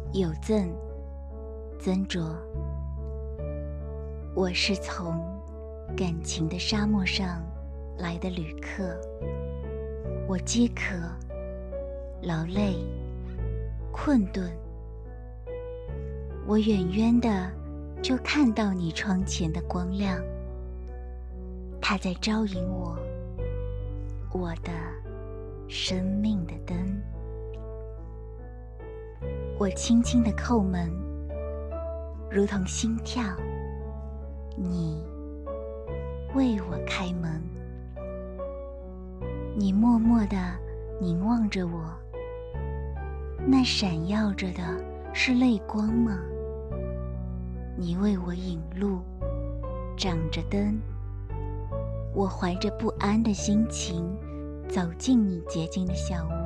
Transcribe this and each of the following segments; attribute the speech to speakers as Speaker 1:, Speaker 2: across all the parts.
Speaker 1: 有赠，曾卓。我是从感情的沙漠上来的旅客，我饥渴、劳累、困顿，我远远的就看到你窗前的光亮，它在招引我，我的生命的灯。我轻轻地叩门，如同心跳，你为我开门。你默默地凝望着我，那闪耀着的是泪光吗？你为我引路，掌着灯。我怀着不安的心情走进你洁净的小屋。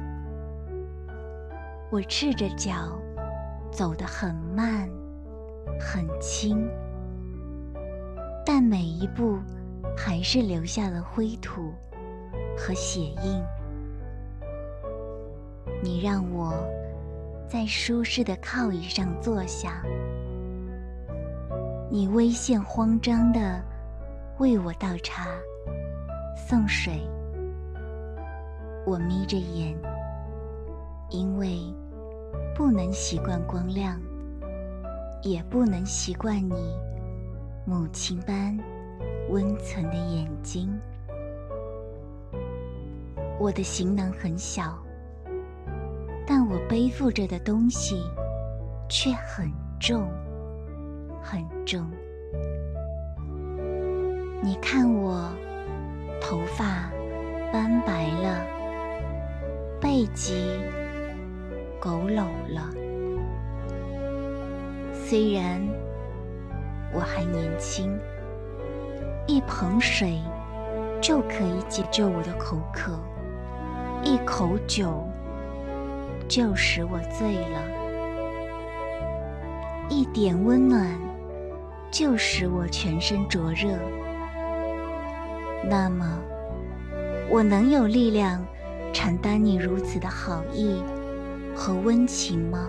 Speaker 1: 我赤着脚走得很慢很轻，但每一步还是留下了灰土和血印。你让我在舒适的靠椅上坐下，你微现慌张地为我倒茶送水。我眯着眼，因为不能习惯光亮，也不能习惯你母亲般温存的眼睛。我的行囊很小，但我背负着的东西却很重很重。你看我头发斑白了，背脊佝偻了。虽然我还年轻，一盆水就可以解救我的口渴，一口酒就使我醉了，一点温暖就使我全身灼热。那么我能有力量承担你如此的好意和温情吗？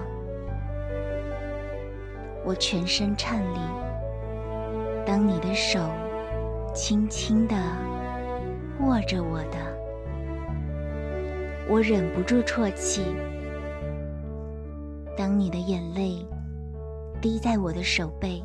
Speaker 1: 我全身颤栗，当你的手轻轻地握着我的，我忍不住啜泣。当你的眼泪滴在我的手背，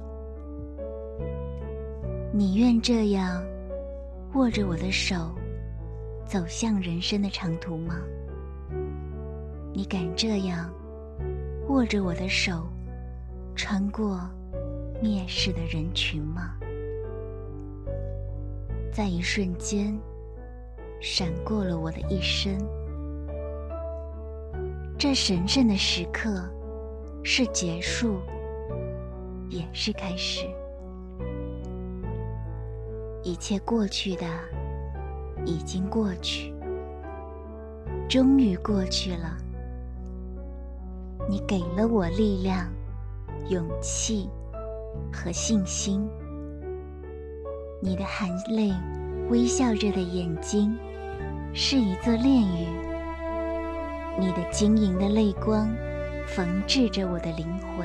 Speaker 1: 你愿这样握着我的手走向人生的长途吗？你敢这样握着我的手穿过蔑视的人群吗？在一瞬间闪过了我的一生。这神圣的时刻是结束，也是开始。一切过去的已经过去，终于过去了。你给了我力量、勇气和信心。你的含泪微笑着的眼睛是一座炼狱，你的晶莹的泪光缝制着我的灵魂。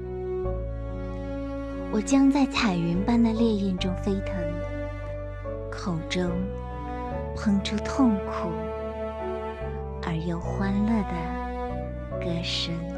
Speaker 1: 我将在彩云般的烈焰中飞腾，口中喷出痛苦而又欢乐的歌声。